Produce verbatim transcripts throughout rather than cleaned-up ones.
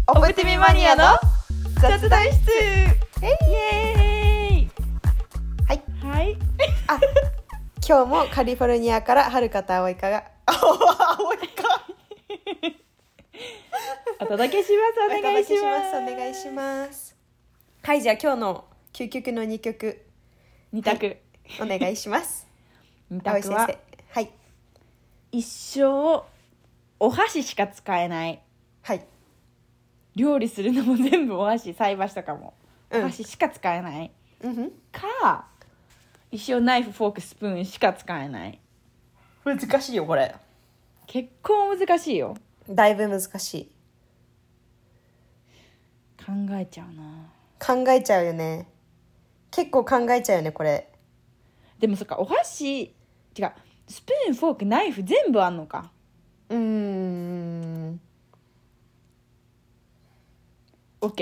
オプティミマニアの雑談室。 イエーイ。 はいはい。 あ、今日もカリフォルニアからはるかと葵香が葵香お届けします。お願いします。 お願いします。はい、じゃあ今日の究極のにきょくに択、 はい、お願いしますに択は、 はい、 一生お箸しか使えない。 はい、 料理するのも全部お箸、菜箸とかもお箸しか使えない、 うん、 か一生ナイフフォークスプーンしか使えない。 難しいよこれ。 結構難しいよ。 だいぶ難しい。 考えちゃうな。 考えちゃうよね。結構考えちゃうよねこれ。 でもそっか、お箸違うスプーンフォークナイフ全部あんのか。 うーん OK。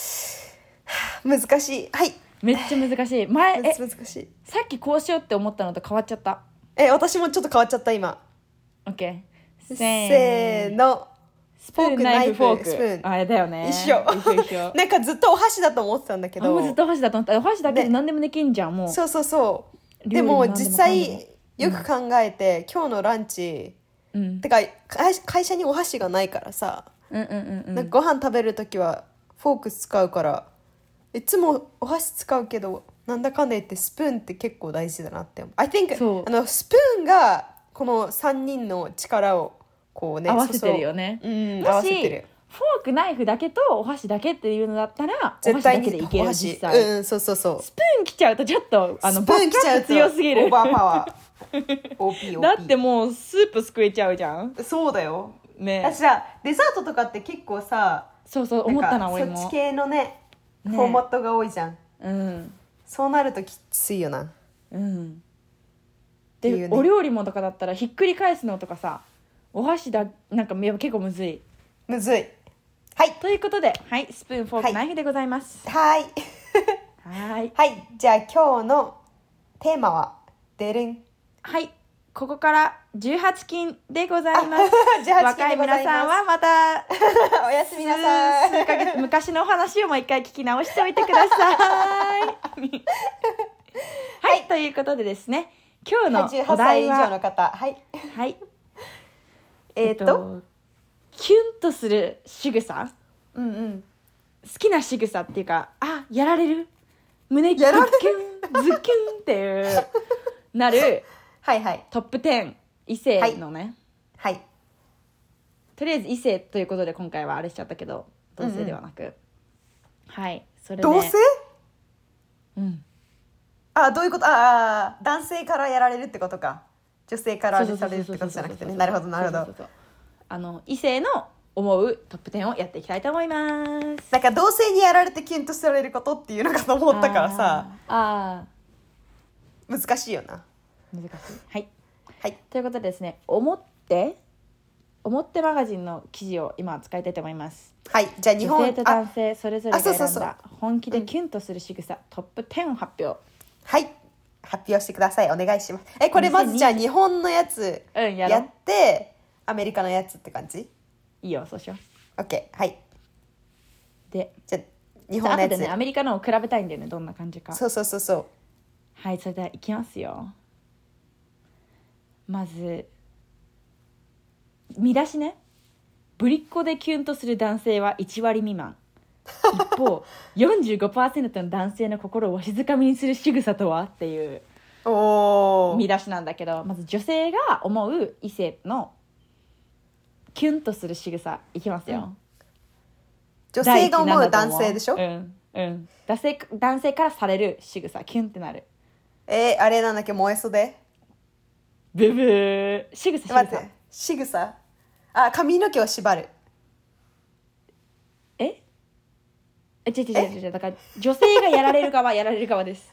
難しい。はい、 めっちゃ難しい。前え難しい。 さっきこうしようって思ったのと変わっちゃった。 え、私もちょっと変わっちゃった今。 OK。 せーの。 スプーンナイフフォークスプーン。 あれだよね。 一緒一緒一緒なんかずっとお箸だと思ってたんだけど。 あもうずっとお箸だと思った。お箸だけで何でもできんじゃん、もう。 そうそうそうでも実際よく考えて、うん、今日のランチ、うん、てか会社にお箸がないからさ、 うんうんうんうん、 なんかご飯食べるときはフォーク使うからいつもお箸使うけどなんだかんだ言ってスプーンって結構大事だなって思う。I think あのスプーンがこのさんにんの力をこうね合わせてるよね。 そうそう、うん、 も合わせてる。 フォークナイフだけとお箸だけっていうのだったら絶対にお箸だけでいける。実際、 うん、そうそうそう。 スプーン来ちゃうとちょっとあのスプーン来ちゃうと強すぎる。 オーバーパワーオーピー オーピーだってもうスープすくえちゃうじゃん。 そうだよね。 私はデザートとかって結構さ、 そうそう思ったな俺も。 そっち系のねフォーマットが多いじゃん、 うん、 そうなるときついよな。 うんで、 ね、 お料理もとかだったらひっくり返すのとかさお箸だなんか結構むずいむずい。はいということで、はい、スプーンフォーク、はい、ナイフでございます。 はいはいはいじゃあ今日のテーマはデリン。 はいここからじゅうはちきんでございます。 じゅうはちきん若い皆さんはまたおやすみなさい。 数ヶ月昔のお話をもう一回聞き直しておいてくださいはい、はい、ということでですね今日のお題は、 じゅうはっさい以上の方、はい、 はい、 えー、っとキュンとする仕草、 うんうん、 好きな仕草っていうか、あやられる胸キュンズキュンズキュンっていうなるはいはいトップじゅう異性のね、 はい、はい、 とりあえず異性ということで今回はあれしちゃったけど同性ではなく、うんうん、はいそれで同性、 うんあどういうこと。ああ男性からやられるってことか、女性からあれされるってことじゃなくてね。なるほどなるほど。 そうそうそうそうあの異性の思うトップじゅうをやっていきたいと思います。 なんか同性にやられてキュンとされることっていうのかと思ったからさああ難しいよな。 難しい。はい、 はい、 ということでですね思って思ってマガジンの記事を今使いたいと思います。 はいじゃあ日本女性と男性それぞれが選んそうそうそうだ本気でキュンとする仕草、うん、トップじゅうを発表。 はい発表してください。お願いします。えこれまずじゃあ日本のやつやって、うん、アメリカのやつって感じ。 いいよそうしよう OK はいでじゃあ日本のやつ後でねアメリカのを比べたいんだよねどんな感じか。 そうそうそうそうはいそれではいきますよ。まず見出しねぶりっ子でキュンとする男性はいちわり未満一方 よんじゅうごパーセント の男性の心をわしづかみにする仕草とはっていう見出しなんだけど、まず女性が思う異性のキュンとする仕草いきますよ、うん、 女性が思う男性でしょ。 うんうん男性男性からされる仕草キュンってなる。 えー、あれなんだっけ燃え袖ブブー仕草仕草待って仕草あ髪の毛を縛る。 ええ違う違う違う違うだから女性がやられる側やられる側です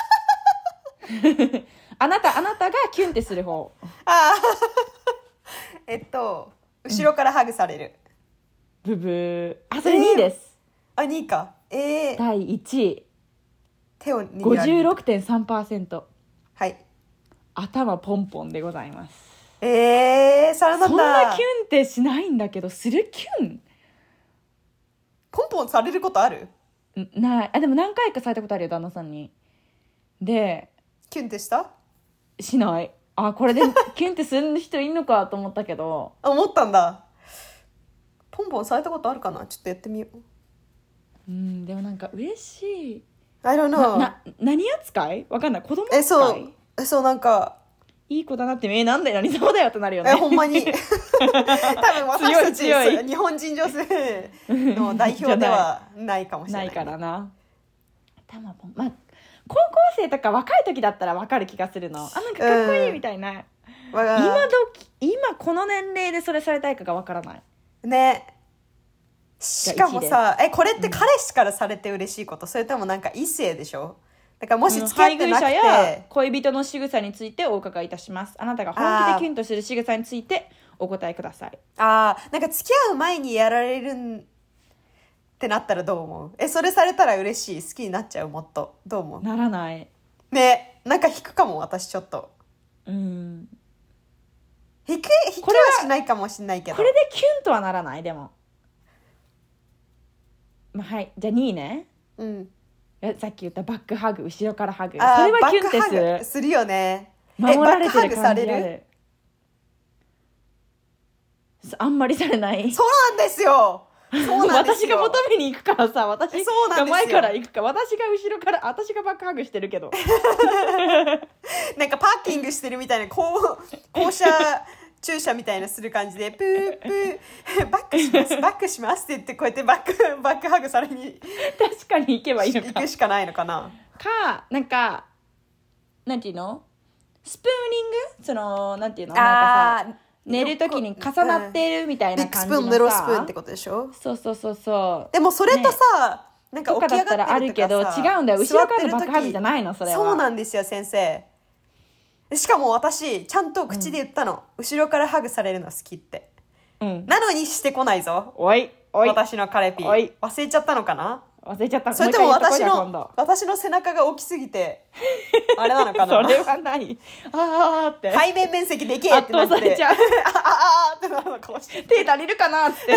あなたあなたがキュンってする方。 あえっと後ろからハグされる、 うん、ブブーあそれにいです、 えー、あにいかえー、 だいいちい手を握られるごじゅうろくてんさんパーセントはい頭ポンポンでございます。 えー、それなんだ。 そんなキュンってしないんだけどするキュンポンポンされることある？ ない。あ、でも何回かされたことあるよ、旦那さんに。でキュンってした？ しない。あ、これでキュンってする人いんのかと思ったけどあ、思ったんだ。ポンポンされたことあるかな。ちょっとやってみよう。 うん、でもなんか嬉しい。 I don't know。 なな何扱いわかんない。子供扱い。 え、そうえそうなんかいい子だなってえなんだよ何様だよってなるよね。 えほんまに多分私たち強い強い日本人女性の代表ではないかもしれない、 ないからな。頭ポン、まあ高校生とか若い時だったら分かる気がするの。あ、なんかかっこいいみたいな、うん、今時今この年齢でそれされたいかが分からないね。しかもさ、えこれって彼氏からされて嬉しいこと、うん、それともなんか異性でしょ。だからもし付き合ってなくて、 配偶者や恋人の仕草についてお伺いいたします。あなたが本気でキュンとする仕草についてお答えください。 ああ、なんか付き合う前にやられるんってなったらどう思う？え、それされたら嬉しい？好きになっちゃう？もっとどう思う？ ならないね。なんか引くかも私ちょっと。 うん引く引くはしないかもしれないけど、 これでキュンとはならない。でも、まあ、はいじゃあにいね。 うんさっき言ったバックハグ、後ろからハグ、それはキュンってする。 するよね。 守られてる感じある。 バックハグされる？ あんまりされない。 そうなんですよ。そうなんですよ。 私が求めに行くからさ、私が前から行くか、私が後ろから、私がバックハグしてるけどなんかパーキングしてるみたいな、こう降車駐車みたいなする感じでプープーバックしますバックしますって言って、こうやってバックバックハグされに確かに行けばいいのか。 行くしかないのかな。 か、なんかなんていうの、スプーニング、そのなんていうの、なんかさ寝るときに重なってるみたいな感じのさ、 ビッグスプーン、メロスプーンってことでしょ。 そうそうそうそう。 でもそれとさ、ね、なんか起き上がってるとかさ、 とかだったらあるけど違うんだよ。後ろからのバックハグじゃないの、それは。 そうなんですよ先生。しかも私ちゃんと口で言ったの、うん、後ろからハグされるの好きって、うん、なのにしてこないぞ。 おいおい、 私のカレピー忘れちゃったのかな。 忘れちゃった。 それとも私の私の背中が大きすぎてあれなのかな。 それはない。あーって背面面積でけえってなって、 圧倒されちゃう。 ああーってなるのかもしれない。 手足りるかなって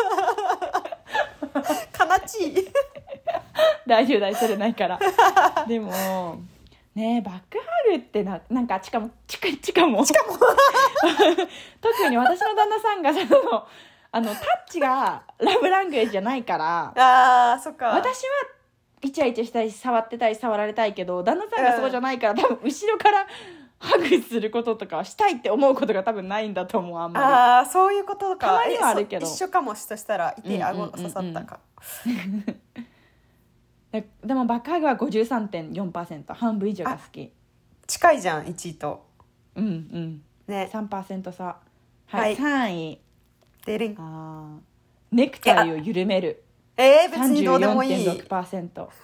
悲しい大丈夫大丈夫、それないからでもね、バックハグってな、なんかしかもちかちかもしかも特に私の旦那さんがそのあのタッチがラブラングエージじゃないから、 あーそっか。 私はイチャイチャしたり触ってたり触られたいけど、旦那さんがそうじゃないから、うん、多分後ろからハグすることとかしたいって思うことが多分ないんだと思う。あんまり。 ああ、そういうことか。 たまにはあるけど一緒かもしとしたらいて顎刺さったか、うんうんうんで, でもバックハグは ごじゅうさんてんよんパーセント、 半分以上が好き。 近いじゃんいちいと。 うんうんね、さんパーセント 差。はい、はい、さんいデリン。 あネクタイを緩める。 えー、別にどうでもいい。 さんじゅうよんてんろくパーセント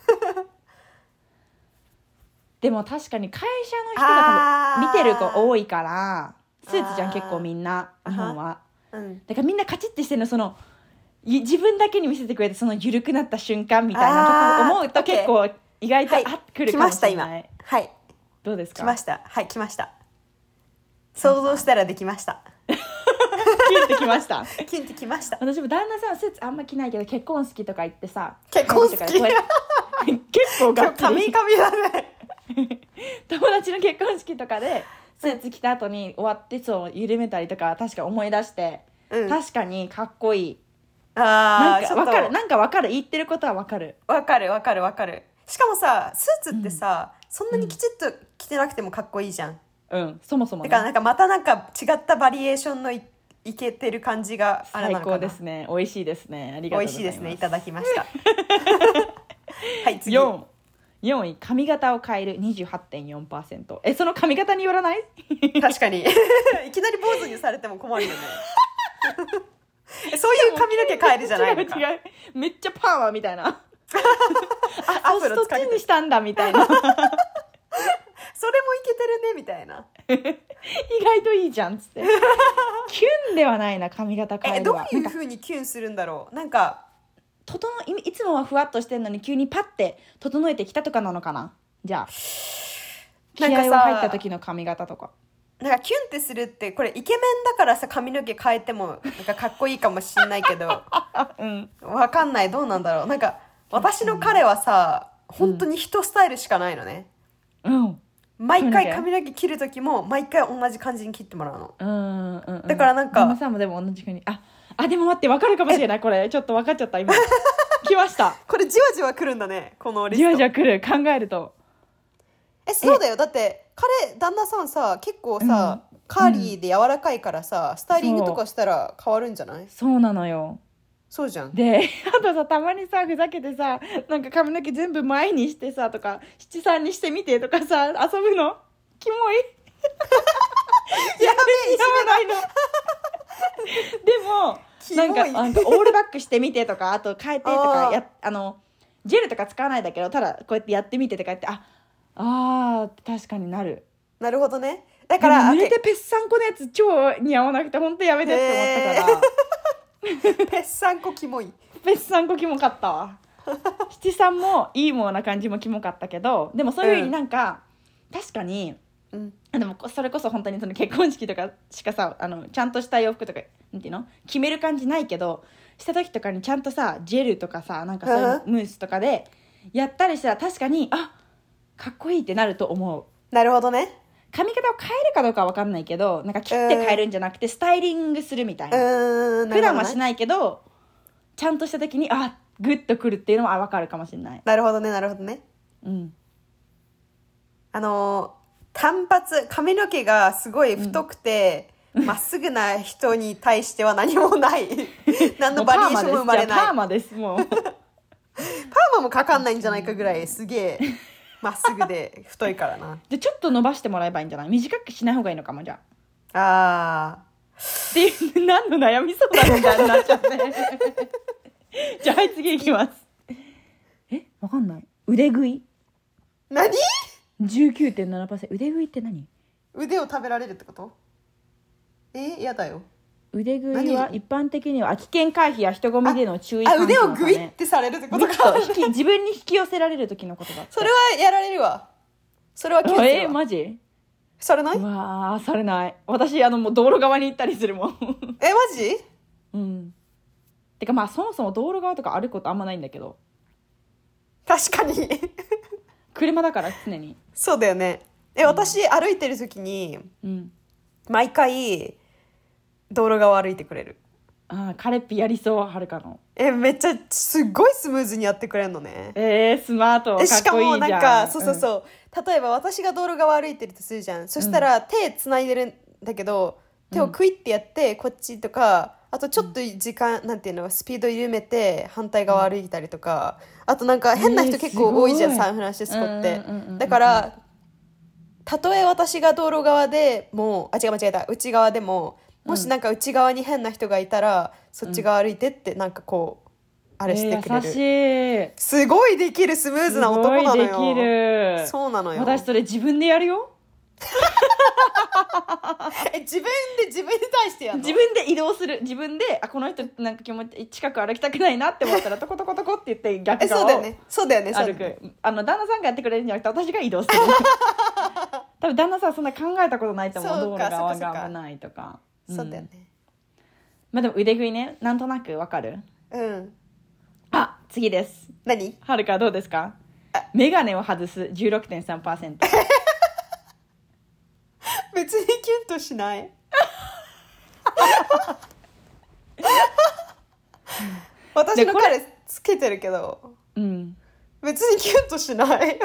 でも確かに会社の人が多分見てる子多いから、スーツじゃん結構みんな日本は、うん、だからみんなカチッてしてるの、その自分だけに見せてくれてその緩くなった瞬間みたいなとこ思うと結構意外と、はい、あっくるかもしれない。来ました今。はい、どうですか。 来ました。はい、来ました。想像したらできましたキュンってきましたキュンってきました。 私も旦那さんスーツあんま着ないけど結婚式とか行ってさ、 結婚式結構がっつり神々だね友達の結婚式とかでスーツ着た後に終わってそう緩めたりとか確か思い出して、うん、確かにかっこいい。あなんか分かる、なんか分かる、言ってることは分かる分かる分かる分かる。しかもさスーツってさ、うん、そんなにきちっと着てなくてもかっこいいじゃん。 うん、そもそも、ね、 だからなんかまたなんか違ったバリエーションの い, いけてる感じがあれなのかな。 最高ですね。美味しいですね。ありがとうございます。 美味しいですね。いただきましたはい次よん、よんい髪型を変える にじゅうはちてんよんパーセント。 えその髪型によらない確かにいきなり坊主にされても困るよねそういう髪の毛変えるじゃないのか。 違う違う、めっちゃパーマみたいなあ、そっちにしたんだみたいなそれもいけてるねみたいな意外といいじゃんっつってキュンではないな、髪型変えるは。 えどういう風にキュンするんだろう。なんか整い、いつもはふわっとしてんのに急にパッて整えてきたとかなのかな。じゃあ気合が入った時の髪型とか。 なんかキュンってするってこれイケメンだからさ髪の毛変えてもなんかかっこいいかもしんないけど、うん、わかんない、どうなんだろう。なんか私の彼はさ本当に一スタイルしかないのね、うん、毎回髪の毛切る時も毎回同じ感じに切ってもらうの、うんうんうん、だからなんか旦那さんもでも同じ風にああでも待って分かるかもしれない、これちょっと分かっちゃった今来ましたこれじわじわ来るんだね、このリストじわじわ来る、考えるとえそうだよ、だって彼旦那さんさ結構さ、うん、カーリーで柔らかいからさ、うん、スタイリングとかしたら変わるんじゃない？ そうなのよ。 そうじゃん。 であとさたまにさふざけてさなんか髪の毛全部前にしてさとか七三にしてみてとかさ遊ぶのキモいやべえいじめないのでもなんかなんかオールバックしてみてとかあと変えてとかやあのジェルとか使わないだけどただこうやってやってみてとか言ってああー確かになる。 なるほどね。だから濡れてぺっさんこのやつ超似合わなくて本当やめてって思ったからぺっさんこキモいぺっさんこキモかったわ七三もいいもうな感じもキモかったけどでもそういう風になんか、うん、確かに、うん、でもそれこそ本当にその結婚式とかしかさあのちゃんとした洋服とかなんていうの決める感じないけどした時とかにちゃんとさジェルとかさなんかそういうムースとかでやったりしたら確かにあかっこいいってなると思う。 なるほどね。 髪型を変えるかどうかは分かんないけどなんか切って変えるんじゃなくてスタイリングするみたいな、うん、普段はしないけどちゃんとした時にあグッとくるっていうのは分かるかもしれない。 なるほどねなるほどね。うんあの単発髪の毛がすごい太くてま、うん、っすぐな人に対しては何もない何のバリエーションも生まれない。 パーマですもうパーマもかかんないんじゃないかぐらいすげえまっすぐで太いからな。 じゃちょっと伸ばしてもらえばいいんじゃない？短くしない方がいいのかも。じゃああで何の悩み相談みたいになっちゃってじゃあはい次いきます。えわかんない。腕食い何じゅうきゅうてんななパーセント 腕食いって何？ 腕を食べられるってこと？えやだよ。 腕食いは一般的には危険回避や人混みでの注意喚起のため、 あ、腕をグイってされるってことか。 自分に引き寄せられる時のことだって。 それはやられるわ。それはキュンするわ。 えマジ？ されない？ うわーされない。私あのもう道路側に行ったりするもんえマジ？ うんてかまあそもそも道路側とか歩くことあんまないんだけど。 確かに車だから常に。 そうだよね。え、うん、私歩いてる時に、うん、毎回道路側歩いてくれる。 ああ、カレッピやりそう、はるかの。 え、めっちゃすっごいスムーズにやってくれるのね。 えー、スマート、かっこいいじゃん。 しかもなんかそうそうそう、うん、例えば私が道路側歩いてるとするじゃん。そしたら手つないでるんだけど、うん、手をクイッてやってこっちとか、あとちょっと時間、うん、なんていうのスピード緩めて反対側歩いたりとか、うん、あとなんか変な人結構多いじゃん、えー、サンフランシスコって、だからたとえ私が道路側でもあ違う間違えた内側でももしなんか内側に変な人がいたら、うん、そっち側歩いてってなんかこうあれしてくれる、 えー、優しい。 すごいできるスムーズな男なのよ。 すごいできる。 そうなのよ。 私それ自分でやるよえ自分で自分に対してやるの？ 自分で移動する。自分であこの人なんか気持ち近く歩きたくないなって思ったらトコトコトコって言って逆側を歩く。 そうだよねそうだよね。 あの旦那さんがやってくれるんじゃなくて私が移動する多分旦那さんはそんな考えたことないと思う。道路側が危ないとか。 そうだよね、うん、 まあでも腕食いねなんとなくわかる。うん。あ次です。 何？ はるかどうですか？メガネを外す じゅうろくてんさんパーセント別にキュンとしない私の彼つけてるけど、うん、別にキュンとしない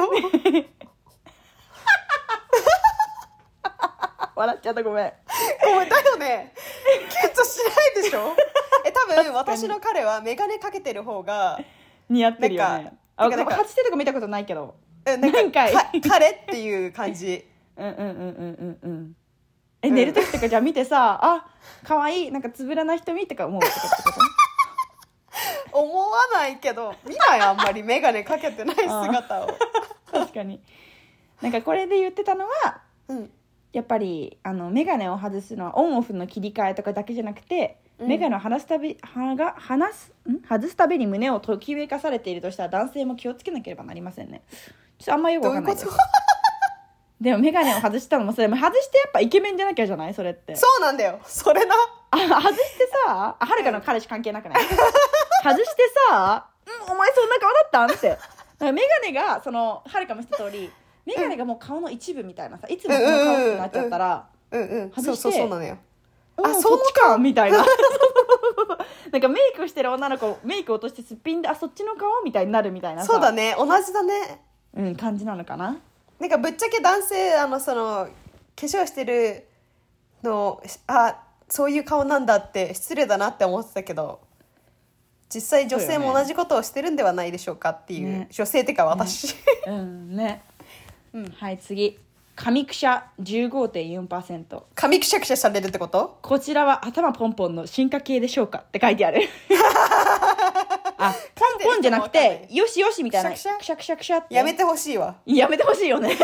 笑っちゃったごめんごめんだよねキュンとしないでしょえ多分私の彼はメガネかけてる方が似合ってるよね。あなんか外してるとこ見たことないけどなんか彼っていう感じうんうんうんうんうんうんえ、うん、寝る時とかじゃあ見てさあ可愛いなんかつぶらな瞳とか思うとかってこと思わないけど見ないあんまりメガネかけてない姿を確かになんかこれで言ってたのは、うん、やっぱりあのメガネを外すのはオンオフの切り替えとかだけじゃなくて、うん、メガネを離すたびはが離すん外すたびに胸をときめかされているとしたら男性も気をつけなければなりませんね。ちょっとあんまよくわかんないです。どういうことでもメガネを外したのもそれも外してやっぱイケメンじゃなきゃじゃないそれって。 そうなんだよそれな。 あ外してさあはるかの彼氏関係なくない外してさ、うん、お前そんな顔だったんってメガネがそのはるかもした通りメガネがもう顔の一部みたいなさいつもこの顔ってなっちゃったら、 うんうん、 外してそうそうそうなのよ。 あそっちかみたいななんかメイクしてる女の子メイク落としてすっぴんであそっちの顔みたいになるみたいなさそうだね同じだね、 うん、感じなのかな。 なんかぶっちゃけ男性あのその化粧してるのあそういう顔なんだって失礼だなって思ってたけど実際女性も同じことをしてるんではないでしょうかっていう、ね、女性っていうか私、 ね、うんね、うん、はい次髪くしゃ じゅうごてんよんパーセント髪くしゃくしゃされるってこと？ こちらは頭ポンポンの進化系でしょうかって書いてあるあポンポンじゃなくてよしよしみたいなくしゃくしゃくしゃくしゃってやめてほしいわやめてほしいよねはい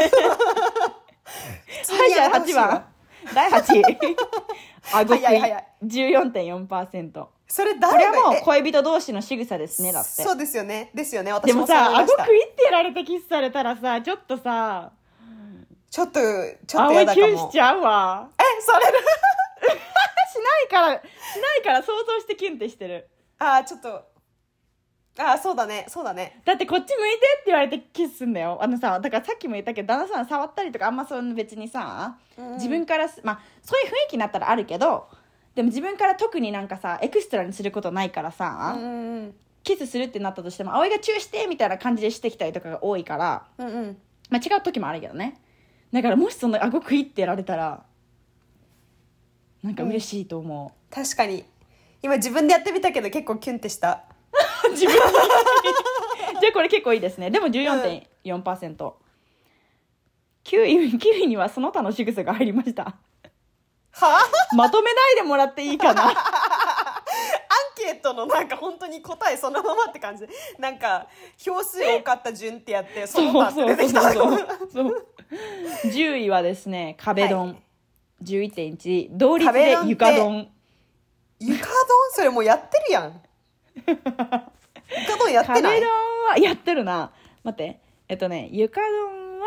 じゃあはちばんだいはちいあごくい じゅうよんてんよんパーセントそれ誰がこれはもう恋人同士の仕草ですねだってそうですよねですよね私もでもさあご食いってやられてキスされたらさちょっとさちょっとちょっとやだかも。 青いキュンしちゃうわ。 え、されるしないから、しないから想像してキュンってしてる。 あー、ちょっと。あー、そうだね、そうだね。 だってこっち向いてって言われてキスすんだよ。あのさ、だからさっきも言ったけど、旦那さん触ったりとかあんまその別にさ、うん、自分から、まあ、そういう雰囲気になったらあるけど、でも自分から特になんかさ、エクストラにすることないからさ、うんうん、キスするってなったとしても、葵がチューしてみたいな感じでしてきたりとかが多いから、うんうん、まあ違う時もあるけどね。だからもしその顎食いってやられたらなんか嬉しいと思う、 うん、確かに今自分でやってみたけど結構キュンってした自分じゃあこれ結構いいですね。でも じゅうよんてんよんパーセント、うん、きゅうい、きゅういにはその他の仕草が入りました。 はまとめないでもらっていいかなアンケートのなんか本当に答えそのままって感じ。なんか票数多かった順ってやってその他って出てきた。 じゅういはですね壁ドン、はい、じゅういってんいち 同率で床ドン。 床ドンそれもうやってるやん床ドンやってない？ 壁ドンはやってるな。待ってえっとね床ドン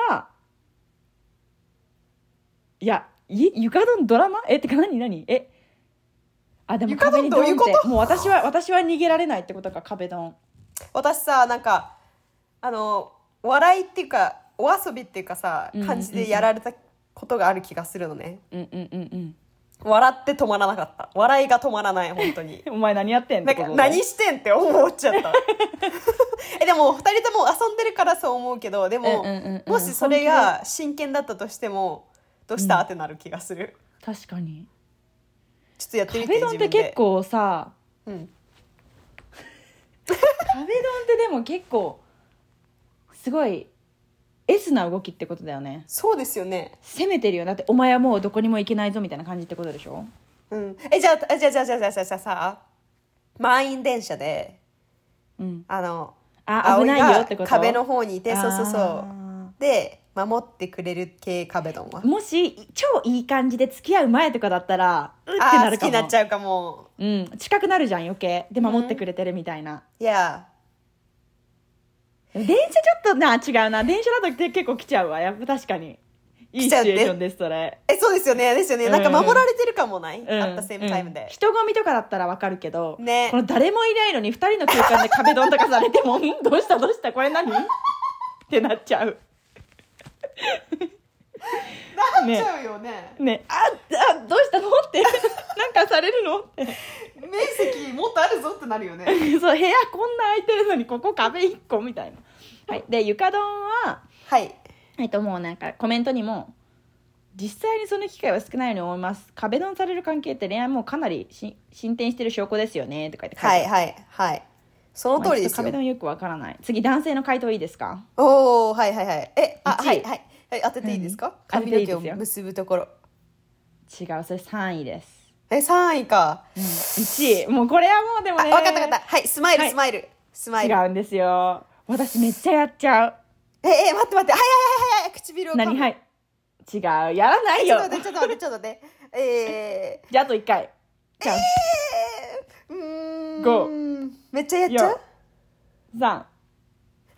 はいや床ドンドラマえってか何何えあでも壁にドンってもう私は私は逃げられないってことか壁ドン。 私さなんかあの笑いっていうかお遊びっていうかさ感じでやられたことがある気がするのね。 うんうんうんうん。 笑って止まらなかった。笑いが止まらない本当に。 お前何やってんの？ 何してんって思っちゃった。えでもふたりとも遊んでるからそう思うけどでも、うんうんうんうん、もしそれが真剣だったとしてもどうした、うん、ってなる気がする。 確かに。 ちょっとやってみて。 壁ドンって結構さ、うん、壁ドンってでも結構すごい S な動きってことだよね。 そうですよね。 攻めてるよ。だってお前はもうどこにも行けないぞみたいな感じってことでしょ。 うん。えじゃあじゃあじゃあじゃあじゃあじゃあじゃあさ満員電車で、うん、あのあ危ないよってこと。 壁の方にいてそうそうそうで守ってくれる系壁ドンはもし超いい感じで付き合う前とかだったらうってなるかも。 好きになっちゃうかも。 うん近くなるじゃん余計で守ってくれてるみたいな。 いや、 電車ちょっとな違うな。電車だと結構来ちゃうわ。やっぱ確かにいいシチュエーションですそれ。 えそうですよねですよね、うん、なんか守られてるかもない、うん、あったセームタイムで、うん、 人混みとかだったらわかるけど、ね、この誰もいないのにふたりの空間で壁ドンとかされてもどうしたどうしたこれ何ってなっちゃうなっちゃうよね。 ね、ねああどうしたのってなんかされるのって面積もっとあるぞってなるよねそう部屋こんな空いてるのにここ壁いっこみたいな。はいで床ドンははいえっともうなんかコメントにも実際にその機会は少ないように思います。壁ドンされる関係って恋愛もかなりし進展してる証拠ですよねとか言って書いてある。 はいはいはいその通りですよ。 壁ドンよくわからない。次男性の回答いいですか？ おおはいはいはいえあはいはいはい当てていいですか？うん、髪の毛を結ぶところ。 違うそれさんいです。 えさんいか、 うん、いちいもうこれはもうでもね分かった分かったはいスマイル、はい、スマイルスマイル違うんですよ。私めっちゃやっちゃう。 ええ待って待ってはいはいはいはい唇を何はい違うやらないよ。 ちょっと待ってちょっと待ってちょっと待ってえー、じゃああといっかいチャンス。 えー、うーんごめっちゃやっちゃうさん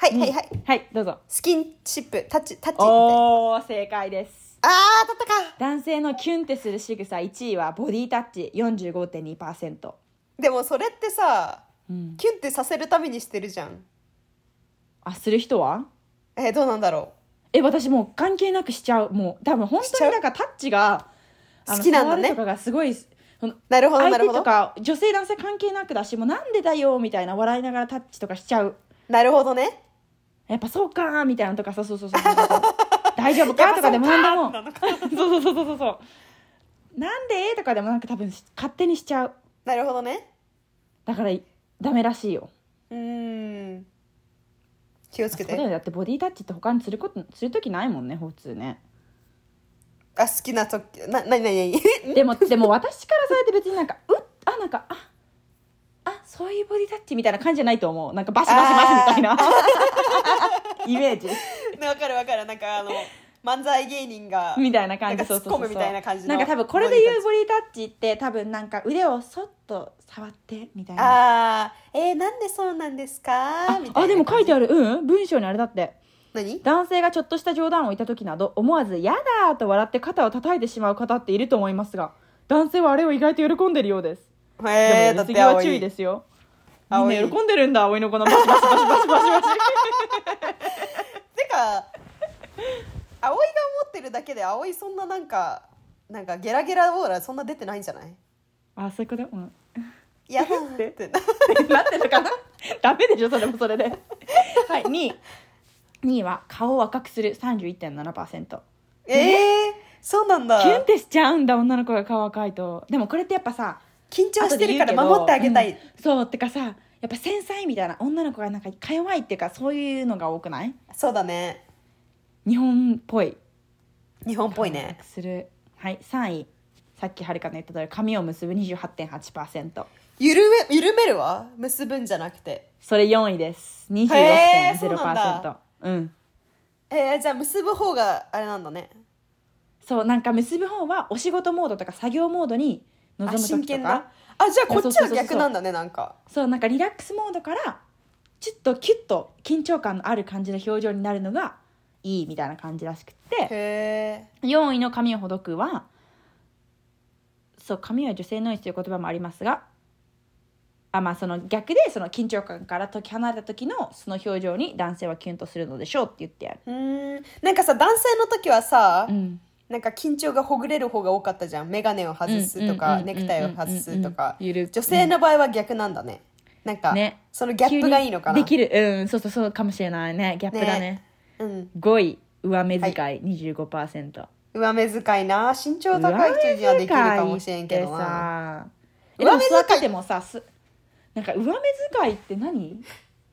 はいはいはいはいどうぞ。 スキンシップタッチタッチおー正解です。 あー当たったか。 男性のキュンってする仕草いちいはボディタッチ よんじゅうごてんにパーセント。 でもそれってさ、 うん、 キュンってさせるためにしてるじゃん。 あする人はえー、どうなんだろう。 え私もう関係なくしちゃう。もう多分本当になんかタッチが好きなんだね。 触るとかがすごいなるほどなるほど。 相手とか女性男性関係なくだし、もうなんでだよみたいな笑いながらタッチとかしちゃう。 なるほどね。 やっぱそうかーみたいなとかそうそうそうそうそう大丈夫かとかでもなんでもそうそうそうそうそうなんでとかでもなんか多分勝手にしちゃう。 なるほどね。 だからダメらしいよ。 うーん気をつけて。 そうだよ。だってボディタッチって他にすることする時ないもんね普通ね。 あ好きな時ななになにでもでも私からされて別になんかうっあなんかああそういうボディタッチみたいな感じじゃないと思う。なんかバシバシバシみたいなイメージわかるわかる。なんかあの漫才芸人がみたいな感じ。 なんか突っ込むみたいな感じの。 なんか多分これで言うボディタッチって多分なんか腕をそっと触ってみたいな。 あーえー、なんでそうなんですかみたいな。 あでも書いてある。うん文章にあれだって。 何？ 男性がちょっとした冗談を言った時など思わずやだーと笑って肩を叩いてしまう方っていると思いますが、男性はあれを意外と喜んでるようです。 へえー、 でもやりすぎは注意ですよ。みんな喜んでるんだ葵のこのバシバシバシバシバシバシてか葵が思ってるだけで葵そんななんかなんかゲラゲラオーラそんな出てないんじゃない？ あそういうこと。うんいやだってなってるかなダメでしょそれもそれではいにいにいは顔を赤くする さんじゅういってんななパーセント。 えー、そうなんだ。 キュンってしちゃうんだ女の子が顔赤いと。でもこれってやっぱさ緊張してるから守ってあげたい、うん、 そうってかさやっぱ繊細みたいな女の子がなんかか弱いっていうかそういうのが多くない？ そうだね。 日本っぽい。 日本っぽいね。 する。はいさんいさっきはるかの言った通り髪を結ぶ にじゅうはちてんはちパーセント。 緩め緩めるわ結ぶんじゃなくて。 それよんいです。 にじゅうろくてんゼロパーセント。うんえー、じゃあ結ぶ方があれなんだね。 そうなんか結ぶ方はお仕事モードとか作業モードに臨む時とか。 真剣だ。あじゃあこっちは逆なんだね。なんかそうなんかリラックスモードからちょっとキュッと緊張感のある感じの表情になるのがいいみたいな感じらしくて。 へよんいの髪をほどくはそう髪は女性ノイズという言葉もありますがあまあその逆でその緊張感から解き放た時のその表情に男性はキュンとするのでしょうって言ってある。 うーんなんかさ男性の時はさ、 うん、 なんか緊張がほぐれる方が多かったじゃん。メガネを外すとかネクタイを外すとか。女性の場合は逆なんだね。なんか、ね、そのギャップがいいのかな。 できるうんそうそうそうかもしれないね。ギャップだね。ね、うん、ごい上目遣い、はい、にじゅうごパーセント。 上目遣いな身長高い人にはできるかもしれんけどな。 上目遣いでもさすなんか上目遣いって何？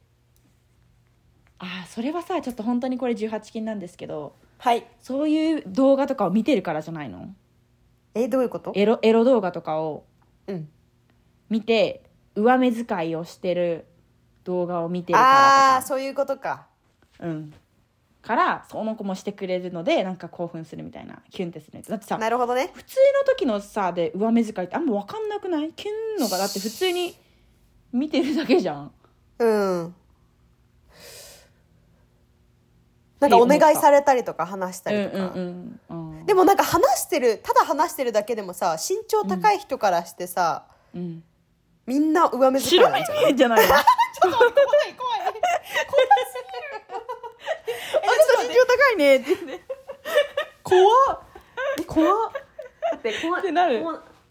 あそれはさちょっと本当にこれじゅうはち禁なんですけど、 はい、 そういう動画とかを見てるからじゃないの？ えどういうこと？ エロ、エロ動画とかを見て、 うん、 上目遣いをしてる動画を見てるからとか。 あーそういうことか。 うんからその子もしてくれるのでなんか興奮するみたいなキュンってする。だってさなるほどね。 普通の時のさで上目遣いってあんま分かんなくない？キュンのがだって普通に見てるだけじゃん。 うんなんかお願いされたりとか話したりとか、うんうんうんうん、でもなんか話してるただ話してるだけでもさ身長高い人からしてさ、うん、みんな上目遣いなんじゃない？ 白いじゃないのちょっと怖い怖い怖すぎるあ身長高いねって言って怖っ怖っだって怖ってなる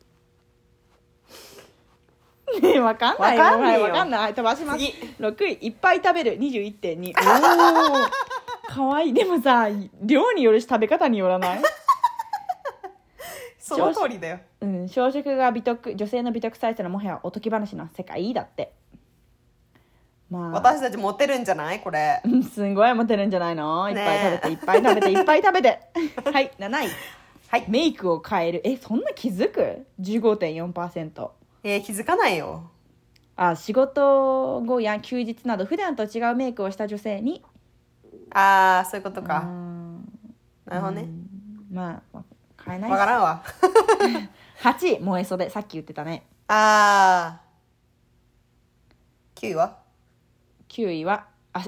ねえ分かんないよ。 分かんないよ。 分かんない。飛ばします。ろくいいっぱい食べる にじゅういってんに。おおかわいい。でもさ量によるし食べ方によらないその通りだよ。 うん、小食が美徳女性の美徳サイズのもはやおとぎ話の世界だって。 まあ、私たちモテるんじゃないこれ。 すんごいモテるんじゃないの？いっぱい食べていっぱい食べていっぱい食べてはいなない、はい、メイクを変える。えそんな気づく？ じゅうごてんよんパーセント。 えー、気づかないよ。 あ仕事後や休日など普段と違うメイクをした女性に。 ああそういうことか。なるほどね。 まあ変えないしわからんわはちい燃え袖。さっき言ってたね。 ああきゅういはきゅういはあ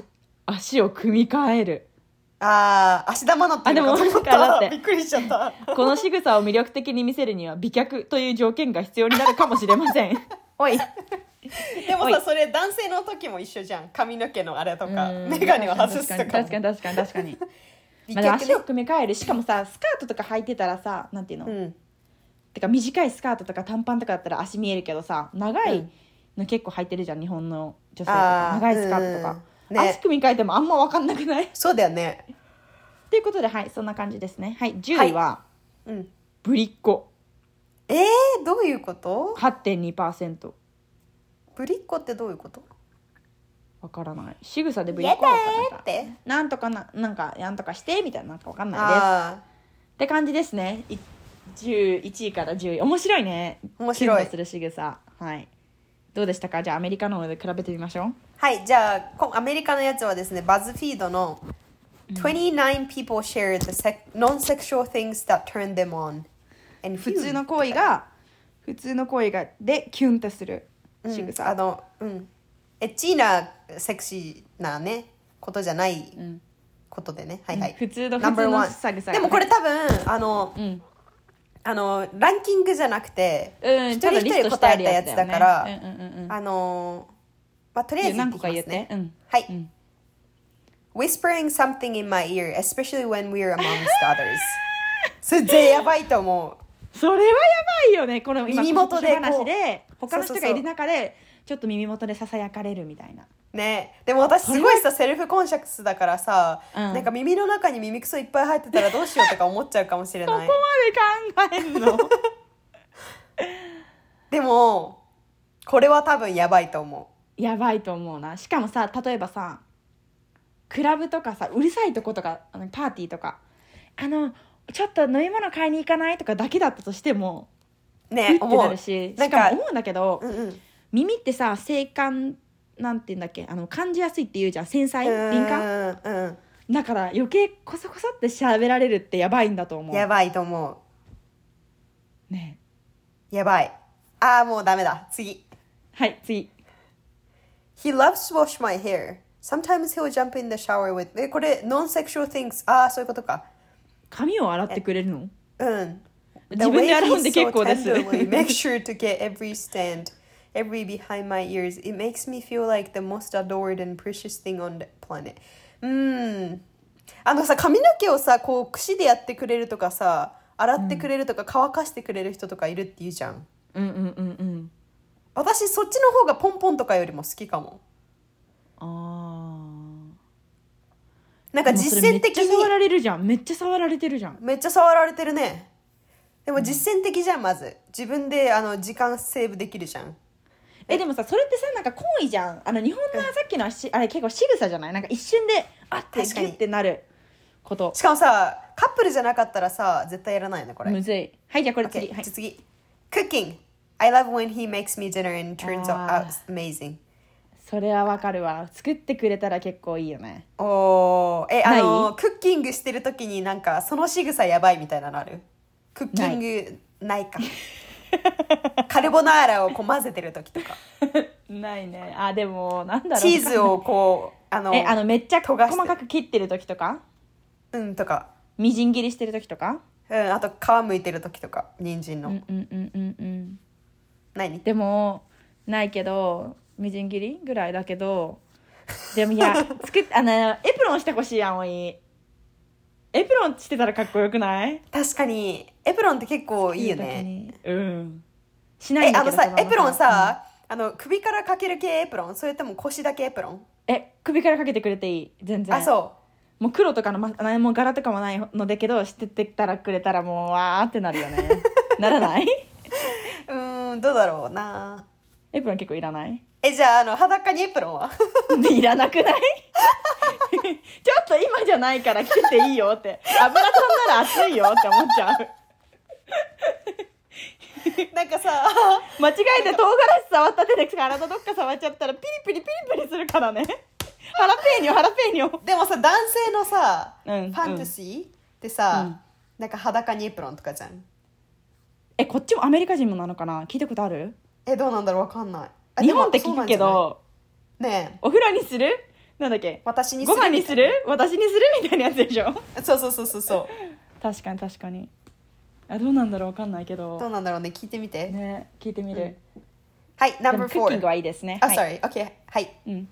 足を組み替える。 ああ、足玉のっていうのかと思っあでもだってた。びっくりしちゃった。 この仕草を魅力的に見せるには美脚という条件が必要になるかもしれません。おい。 でもさ、それ男性の時も一緒じゃん。髪の毛のあれとか、メガネを外すとかも。 確かに確かに確かに。 美まあ、 脚ね足を組み替える。しかもさ、スカートとか履いてたらさ、なんていうの、 うん、 てか短いスカートとか短パンとかだったら足見えるけどさ、長いの結構履いてるじゃん、日本の女性とか。長いスカートとか、うんね、足組み替えてもあんま分かんなくない？ そうだよね。 ということで、はい、そんな感じですね。はい、じゅういは、はい、うん、ぶりっ子。 えー、どういうこと？ はちてんにパーセント。 ぶりっ子ってどういうこと？ わからない。仕草でぶりっ子なのかな、ってなんとかな、なんかなんとかしてみたいな、なんかわかんないですって感じですね。じゅういちいからじゅうい。面白いね。 面白い。 キュンとする仕草。はい。どうでしたか？じゃあアメリカので比べてみましょう。 はい、じゃあアメリカのやつはですね、バズフィードのtwenty-nine people share the non-sexual things that turn them on。 普通の行為が普通の行為がでキュンとする仕草。 うん、あの、うん。エッチーなセクシーなねことじゃないことでね、うん、はいはい、 普通の普通の仕草、ね、 でもこれ多分あの、うん、あのランキングじゃなくて、うん、一人一人答えたやつだから、ね、うんうんうん、あの、まあ、とりあえず言ってきますね、うん、はい、うん、Whispering something in my ear especially when we're amongst others それ全やばいと思う。 それはやばいよね。この今耳元で話で他の人がいる中でちょっと耳元でささやかれるみたいなね。でも私すごいさセルフコンシャスだからさ、うん、なんか耳の中に耳くそいっぱい入ってたらどうしようとか思っちゃうかもしれない。 そこまで考えんのでもこれは多分やばいと思う。やばいと思うな。しかもさ、例えばさクラブとかさ、うるさいとことかパーティーとか、あのちょっと飲み物買いに行かないとかだけだったとしてもね、ってなるし、しかも思うんだけど、うんうん、耳ってさ、性感なんていうんだっけ、あの感じやすいって言うじゃん、繊細、敏感、うん、だから余計コソコソって喋られるってやばいんだと思う。 やばいと思うね。 やばい。あーもうダメだ。次。 はい次。 He loves to wash my hair. Sometimes he'll jump in the shower with えこれ non-sexual things。 あーそういうことか。 髪を洗ってくれるの？ うん。 自分で洗うんで結構です。 Make sure to get every stand, every behind my ears. It makes me feel like the most adored and precious thing on the planet. うん。あのさ、髪の毛をさ、こう櫛でやってくれるとかさ、洗ってくれるとか、乾かしてくれる人とかいるって言うじゃん。 うんうんうんうん。 私そっちの方がポンポンとかよりも好きかも。 ああ。 なんか実践的に。めっちゃ触られるじゃん。めっちゃ触られてるじゃん。 めっちゃ触られてるね。でも実践的じゃん。まず自分であの時間セーブできるじゃん。 えでもさ、それってさ、なんか行為じゃん。あの日本のさっきのあれ結構仕草じゃない？なんか一瞬であってギュッてなること。 しかもさ、カップルじゃなかったらさ、絶対やらないねこれ。 むずい。はい、じゃあこれ次。 okay、はい、次。Cooking. I love when he makes me dinner and turns out amazing. それはわかるわ。作ってくれたら結構いいよね。 おー、えあのクッキングしてる時になんかその仕草やばいみたいなのある？クッキングないか。カルボナーラをこう混ぜてる時とか。 ないね。あでもなんだろう。 チーズをこうあのえあのめっちゃ細かく切ってる時とか。 うんとか。 みじん切りしてる時とか。 うんあと皮むいてる時とか人参の。うんうんうんうんうん。何？ でもないけど。みじん切りぐらいだけど、でもいや作っあのエプロンしてほしいやん。おいエプロンしてたらかっこよくない？ 確かにエプロンって結構いいよね。 うんしないんだけど。 えあのさエプロンさ、うん、あの首からかける系エプロンそれとも腰だけエプロン？ え首からかけてくれていい全然。 あそうもう黒とかの何も柄とかもないのだけどしてってたらくれたらもうわーってなるよね。ならない？ うーんどうだろうな。 エプロン結構いらない？ えじゃああの裸にエプロンはいらなくない？ちょっと今じゃないから着てていいよって油飛んだら熱いよって思っちゃう。 なんかさ間違えて唐辛子触った手で体どっか触っちゃったらピリピリピリピリするからね。ハラペーニョハラペーニョ。 でもさ男性のさ、うん、ファンタジーってさ、うん、なんか裸にエプロンとかじゃん。 えこっちもアメリカ人もなのかな？聞いたことある？ えどうなんだろうわかんない。 日本って聞くけどねえお風呂にするなんだっけ、 私にするご飯にする私にするみたいなやつでしょ。 そうそうそうそうそう。 確かに確かに。あ、どうなんだろう、わかんないけど。 どうなんだろうね、聞いてみて。 ね、聞いてみる。 うん、はい、ナンバーフォー。 クッキングはいいですね。 あ、はい、sorry。OK。はい。 うん。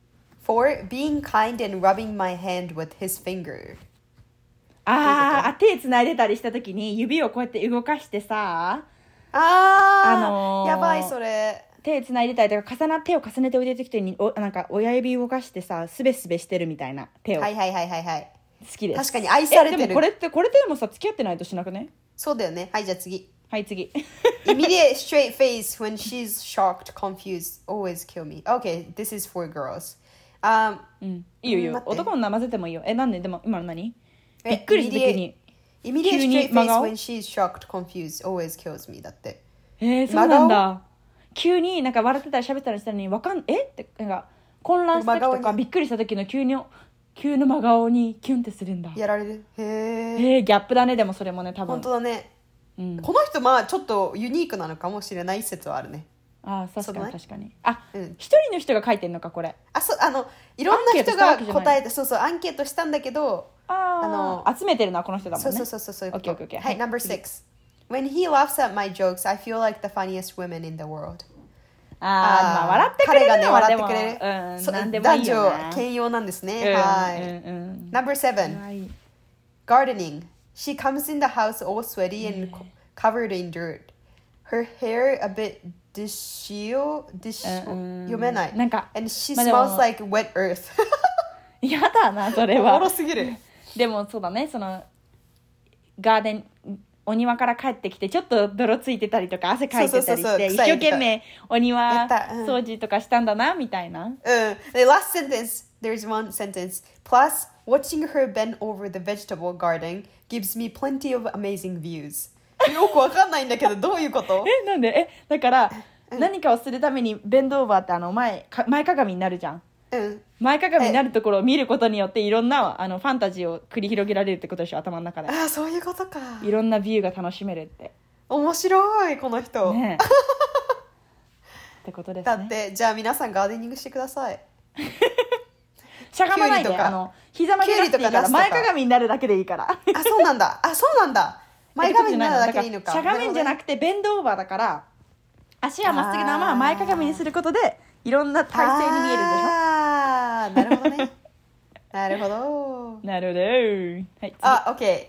four. Being kind and rubbing my hand with his finger. ああ、手つないでたりした時に指をこうやって動かしてさ、 ああ、 あのー、 やばいそれ。 手つないでたりとか、重な手を重ねておいでる時におなんか親指動かしてさ、すべすべしてるみたいな手を。 はいはいはいはいはい。 好きです。 確かに愛されてる。 えでもこれってこれでもさ、付き合ってないとしなくね。 そうだよね。はい、じゃあ次。 はい次。 Immediate straight face when she's shocked, confused, always kill me. Okay, this is for girls. Um, うん、いいよいいよ。男の名混ぜてもいいよ。え、なんででも今の何？びっくりした時に。 Immediate straight face when she's shocked, confused, always kills me. だって。 えー、そうなんだ。急になんか笑ってたり喋ったりしたのにわかんえってなんか混乱した時とかびっくりした時の急に急の真顔にキュンってするんだ。 やられる。へえ。えー、ギャップだね。でもそれもね多分。 本当だね。 うん、 この人まあちょっとユニークなのかもしれない説はあるね。 ああ確かに確かに。あ、一、うん、人の人が書いてんのかこれ。 あ、そう、あのいろんな人が答えて、そうそうアンケートしたんだけど、 ああの集めてるのはこの人だもんね。 そうそうそうそう。 オッケーオッケーオッケー。 はい、ナンバーシックス。When he laughs at my jokes, I feel like the funniest woman in the world. ああ、まあ笑ってくれるのはでも、 彼がね、笑ってくれる。 うん、なんでもいいよね。 男女兼用なんですね。 うん、 はい。 うんうん、 ナンバーセブン。Gardening. She comes in the house all sweaty and covered in dirt. Her hair a bit disheveled. Dish- 読めない。 なんか、 and she smells like wet earth. やだな、それは。 おもろすぎる。 でもそうだね、そのガーデンお庭から帰ってきてちょっと泥ついてたりとか汗かいてたりして一生懸命お庭掃除とかしたんだなみたいな。うん。 The last sentence, there's one sentence. Plus, watching her bend over the vegetable garden gives me plenty of amazing views. よくわかんないんだけどどういうこと？ え、なんで？え、だから、うん、何かをするためにベンドオーバーってあの前か前かがみになるじゃん。 うん。 前かがみになるところを見ることによっていろんなあのファンタジーを繰り広げられるってことでしょ、頭の中で。 ああ、そういうことか。 いろんなビューが楽しめるって。 面白いこの人。ねってことですね。 だってじゃあ皆さんガーデニングしてください。 しゃがまないで、あの膝曲げなくていいから前かがみになるだけでいいから。 あ、そうなんだ。あ、そうなんだ。前かがみになるだけでいいのか。 しゃがめんじゃなくてベンドオーバーだから足はまっすぐなまま前かがみにすることでいろんな体勢に見えるんでしょ。 ああ、なるほどね。なるほど。 なるほど。はい。 あ、OK。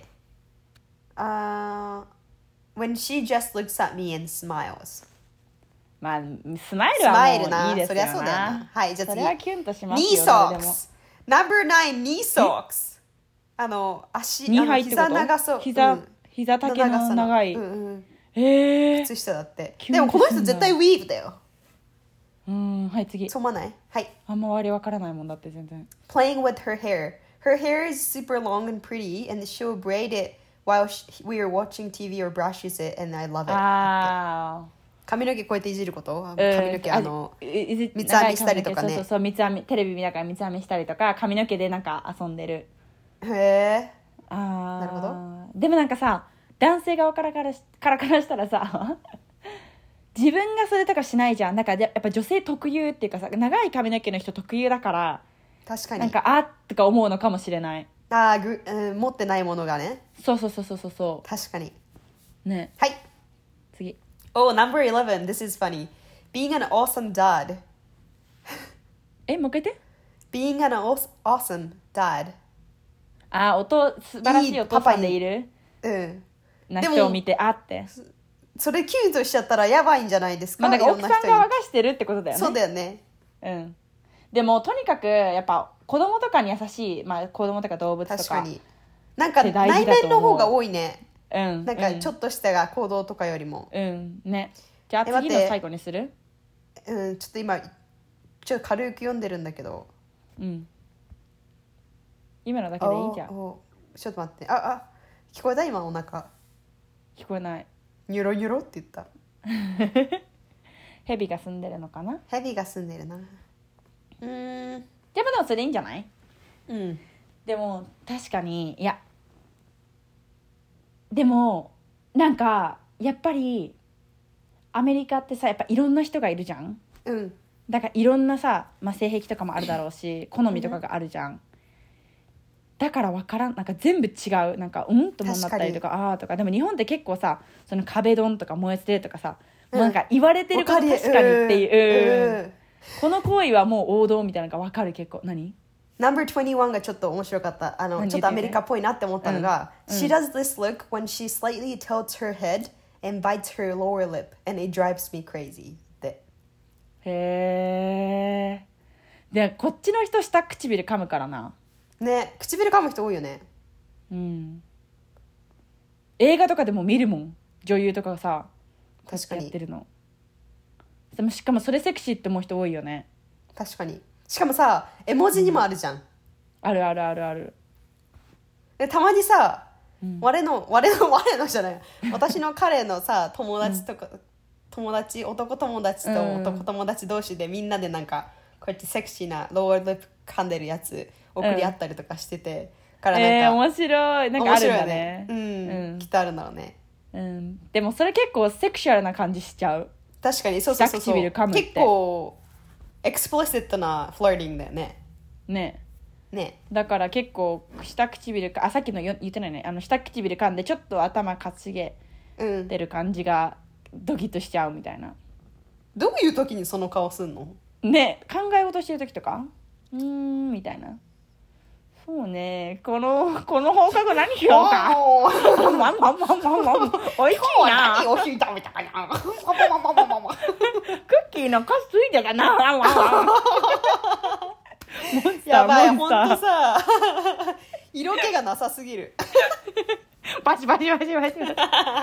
あ、when she just looks at me and smiles。 まあ、スマイルはもういいですよな。 そりゃそうだよな。はい、じゃあ次。 それはキュンとしますよ。 knee socks。ナンバーナイン、knee socks。あの、足、 あの膝長そう。 膝、膝丈の長い。 うんうん。 えー。 靴下だって。でもこの人絶対ウィーブだよ。 うん、はい次。 そう思わない？はい。 あんま周りわからないもんだって全然。 Playing with her hair. Her hair is super long and pretty, and she'll braid it while she, we are watching T V or brushes it, and I love it. ああ。 髪の毛こうやっていじること？髪の毛あの三つ編みしたりとかね。 そうそうそう、三つ編み、テレビ見ながら三つ編みしたりとか、髪の毛でなんか遊んでる。 へえ。 ああ。 なるほど。 でもなんかさ、男性側からからからからしたらさ。自分がそれとかしないじゃん。なんかやっぱ女性特有っていうかさ、長い髪の毛の人特有だから確かになんかあとか思うのかもしれない。 あーぐ、うん、持ってないものがね。 そうそうそうそうそう。 確かにね。 はい次。 Oh, number eleven. This is funny. Being an awesome dad. え、もう一回言って。 Being an awesome dad. あ、おと素晴らしいお父さんでいるうんな人を見てあってそれキュンとしちゃったらやばいんじゃないですか。 まあ、なんか奥さん側がしてるってことだよね。 そうだよね。 うん。でもとにかくやっぱ子供とかに優しい、まあ子供とか動物とか。 確かに。なんか内面の方が多いね。 うん。 なんかちょっとしたが行動とかよりも。 うんね。じゃあ次の最後にする？ うん、ちょっと今ちょっと軽く読んでるんだけど。 うん。今のだけでいいじゃん。 ちょっと待って。ああ聞こえた今お腹。 聞こえない。 ニョロニョロって言った。 ヘビが住んでるのかな。 ヘビが住んでるな。うーん。 でもでもそれいいんじゃない？ うん。 でも確かにいやでもなんかやっぱりアメリカってさやっぱいろんな人がいるじゃん。 うん。 だからいろんなさ、まあ、性癖とかもあるだろうし好みとかがあるじゃん、だから分からん、なんか全部違う、なんかうんともなったりとかあーとか。でも日本って結構さ、その壁ドンとか燃えてるとかさ、うん、もうなんか言われてること確かにっていう、うん、この行為はもう王道みたいなのが分かる。結構何ナンバーにじゅういちがちょっと面白かった。あのちょっとアメリカっぽいなって思ったのが、うん、She does this look when she slightly tilts her head and bites her lower lip and it drives me crazy って。 へー。でこっちの人下唇噛むからな。 ね、唇噛む人多いよね。 うん。映画とかでも見るもん、女優とかがさ確かにやってるの。でもしかもそれセクシーって思う人多いよね。 確かに。しかもさ絵文字にもあるじゃん、うん、 あるあるあるある。 でたまにさ、うん、我の我の我のじゃない私の彼のさ友達とか、うん、友達男友達と男友達同士でみんなでなんかこうやってセクシーなローリップ噛んでるやつ送り合ったりとかしてて、 うん、からなんか、えー、面白い。なんかあるんだね。 うん、うん、きっとあるんだろうね。 うん、でもそれ結構セクシュアルな感じしちゃう。 確かにそうそうそうそう。結構エクスプリシットなフラーティングだよね。 ね。 ね。 だから結構下唇か、あさっきの言ってないね、あの下唇噛んでちょっと頭かしげてる感じがドキッとしちゃうみたいな。 どういう時にその顔すんの？ ね、考え事してる時とか、うーんみたいな。そうね、このこの放課後何しようか。ママママママおいしいな。 何おいしい食べたかな。ママママママ。 クッキーのカスついてたな。 やばい、ほんとさ色気がなさすぎる。 バシバシバシバシバシ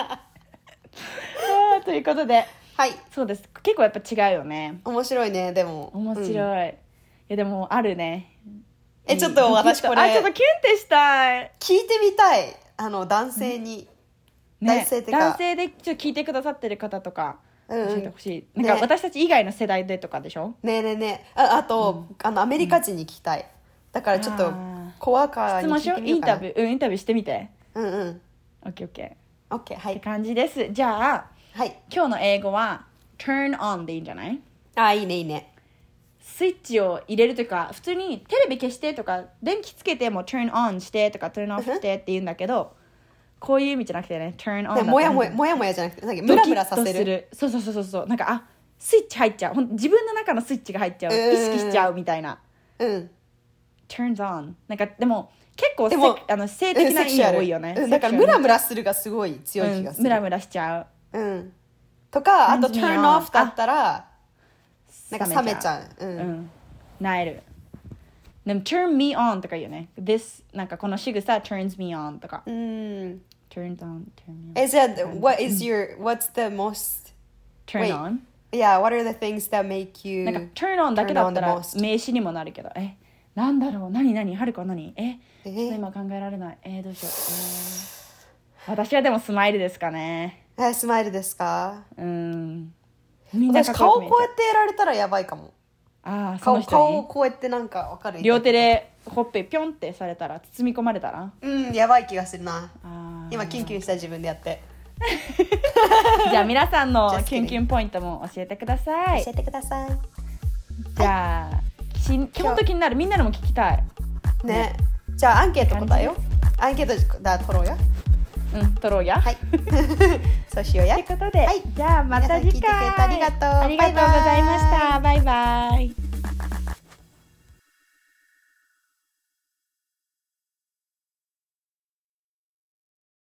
あということで、 はい、 そうです。結構やっぱ違うよね。 面白いね。でも面白い、うん、いやでもあるね。 えちょっと私これあちょっとキュンってしたい。 聞いてみたい、あの男性に、 ね、男性ってか男性でちょっと聞いてくださってる方とか教えてほしい、うん、なんか私たち以外の世代でとかでしょ。 ねえねえねえ、あ, あと、うん、あのアメリカ人に聞きたい、だからちょっとコアカに聞いてみようかな。 インタビュー、うん、インタビューしてみて。 うんうん。 オッケーオッケーオッケー、はいって感じです。じゃあ、 はい、 今日の英語は turn on でいいんじゃない？ あ、いいねいいね。 スイッチを入れるというか、普通にテレビ消してとか電気つけても turn on してとか turn off してって言うんだけど、こういう意味じゃなくてね、 turn on だもやもやもやもやじゃなくて、なんかムラムラさせる。るそうそうそうそう、なんかあスイッチ入っちゃう、ほん自分の中のスイッチが入っちゃう、意識しちゃうみたいな。 うん。 turns on なんかでも結構セあの性的な意味多いよね。 うん、だからムラムラするがすごい強い気がする。 うん、ムラムラしちゃう。うん。とかあと turn off だったらなんか冷めちゃう。うん。うんなえる。でも turn me on とか言うね。This なんかこの仕草 turns me on とか。 うん。 turns on, turn me on. Is that what is your what's the most turn wait, on? Yeah, what are the things that make you なんか turn on だけだったら名詞にもなるけど、え、なんだろう、何何、はるか何、え、ちょっと今考えられない。えー、どうしよう。えー、私はでもスマイルですかね。 え、スマイルですか？ うん。 みんな私顔こうやってやられたらやばいかも。 あその人顔をこうやってなんか分かる。 両手でほっぺピョンってされたら包み込まれたら、 うんやばい気がするな。あ今キュンキュンした自分でやってじゃあ皆さんのキュンキュンポイントも教えてください。 教えてください。 じゃあ、はい、基本的になるみんなのも聞きたいね。ねじゃあアンケート答えよ。アンケートだ取ろうや。 うん取ろうや。 はいそうしようや。 ということで、 はい、 じゃあまた次回。 聞いてくれてありがとう。 ありがとうございました。バイバイ。